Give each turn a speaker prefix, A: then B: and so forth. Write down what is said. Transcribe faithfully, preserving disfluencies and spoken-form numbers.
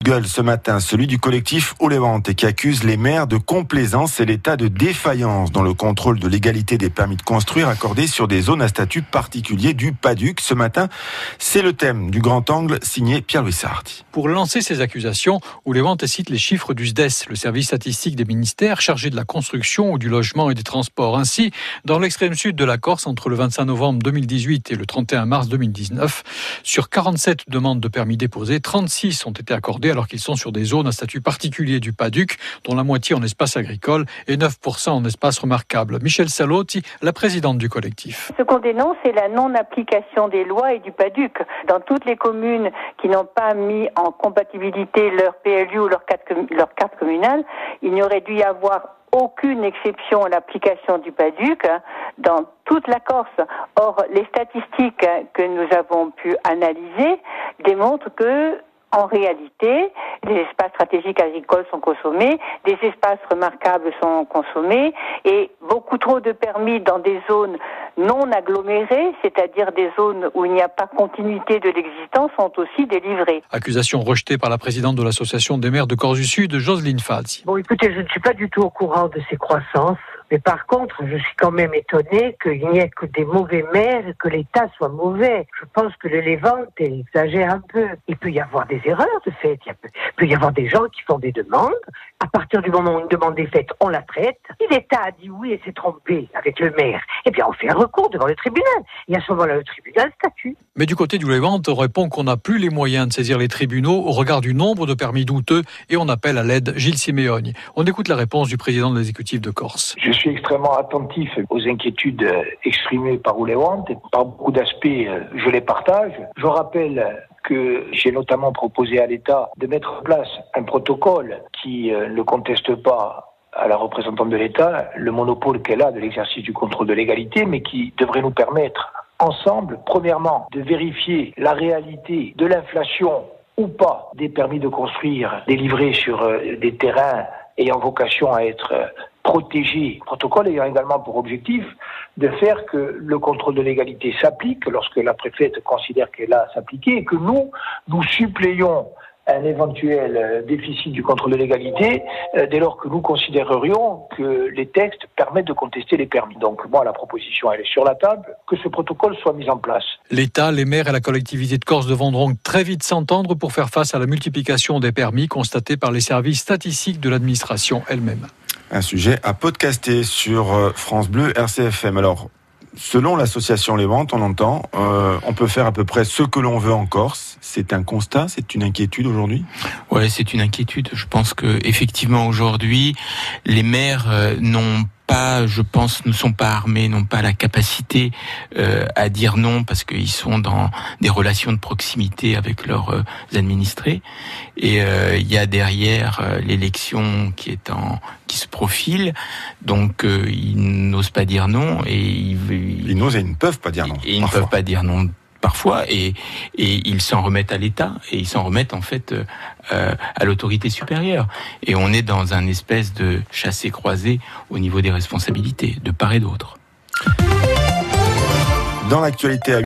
A: gueule ce matin, celui du collectif Haut-les-Ventes, qui accuse les maires de complaisance et l'État de défaillance dans le contrôle de légalité des permis de construire accordés sur des zones à statut particulier du PADUC. Ce matin, c'est le thème du Grand Angle signé Pierre-Louis Sardi.
B: Pour lancer ces accusations, Haut-les-Ventes cite les chiffres du S D E S, le service statistique des ministères chargé de la construction ou du logement et des transports. Ainsi, dans l'extrême sud de la Corse, entre le vingt-cinq novembre deux mille dix-huit et le trente et un mars deux mille dix-neuf, sur quarante-sept demandes de permis déposées, trente-six ont été accordées alors qu'ils sont sur des zones à statut particulier du PADUC, dont la moitié en espace agricole et neuf pour cent en espace remarquable. Michel Salotti, la présidente du collectif.
C: Ce qu'on dénonce, c'est la non-application des lois et du PADUC. Dans toutes les communes qui n'ont pas mis en compatibilité leur P L U ou leur carte, leur carte communale, il n'y aurait dû y avoir aucune exception à l'application du PADUC dans toute la Corse. Or, les statistiques que nous avons pu analyser démontrent que, en réalité, les espaces stratégiques agricoles sont consommés, des espaces remarquables sont consommés et beaucoup trop de permis dans des zones non agglomérées, c'est-à-dire des zones où il n'y a pas continuité de l'existence, sont aussi délivrés.
B: Accusation rejetée par la présidente de l'association des maires de Corse du Sud, Jocelyne Fazzi.
D: Bon, écoutez, je ne suis pas du tout au courant de ces croissances. Mais par contre, je suis quand même étonné qu'il n'y ait que des mauvais maires et que l'État soit mauvais. Je pense que le Levante exagère un peu. Il peut y avoir des erreurs de fait. Il peut y avoir des gens qui font des demandes. À partir du moment où une demande est faite, on la traite. Si l'État a dit oui et s'est trompé avec le maire, eh bien on fait un recours devant le tribunal. Et à ce moment-là, le tribunal statue.
B: Mais du côté du Levante, on répond qu'on n'a plus les moyens de saisir les tribunaux au regard du nombre de permis douteux et on appelle à l'aide Gilles Siméogne. On écoute la réponse du président de l'exécutif de Corse.
E: Je suis extrêmement attentif aux inquiétudes exprimées par Haut-les-Ventes et par beaucoup d'aspects, je les partage. Je rappelle que j'ai notamment proposé à l'État de mettre en place un protocole qui ne conteste pas à la représentante de l'État le monopole qu'elle a de l'exercice du contrôle de légalité, mais qui devrait nous permettre ensemble, premièrement, de vérifier la réalité de l'inflation ou pas des permis de construire délivrés sur des terrains ayant vocation à être protégés. Protocole ayant également pour objectif de faire que le contrôle de légalité s'applique lorsque la préfète considère qu'elle a à s'appliquer et que nous, nous suppléions un éventuel déficit du contrôle de légalité euh, dès lors que nous considérerions que les textes permettent de contester les permis. Donc moi, la proposition, elle est sur la table, que ce protocole soit mis en place.
B: L'État, les maires et la collectivité de Corse devront donc très vite s'entendre pour faire face à la multiplication des permis constatée par les services statistiques de l'administration elle-même.
A: Un sujet à podcaster sur France Bleu R C F M. Alors, selon l'association Les Ventes, on entend, euh, on peut faire à peu près ce que l'on veut en Corse. C'est un constat, c'est une inquiétude aujourd'hui ?
F: Ouais, c'est une inquiétude. Je pense que effectivement aujourd'hui, les maires euh, n'ont pas, je pense, ne sont pas armés, n'ont pas la capacité euh, à dire non parce qu'ils sont dans des relations de proximité avec leurs euh, administrés. Et euh, il y a derrière euh, l'élection qui est en, qui se profile, donc euh, ils n'osent pas dire non et ils,
A: ils, ils n'osent et ils ne peuvent pas dire non.
F: Et ils ne peuvent pas dire non. Parfois, et, et ils s'en remettent à l'État, et ils s'en remettent en fait euh, à l'autorité supérieure. Et on est dans un espèce de chassé-croisé au niveau des responsabilités, de part et d'autre.
A: Dans l'actualité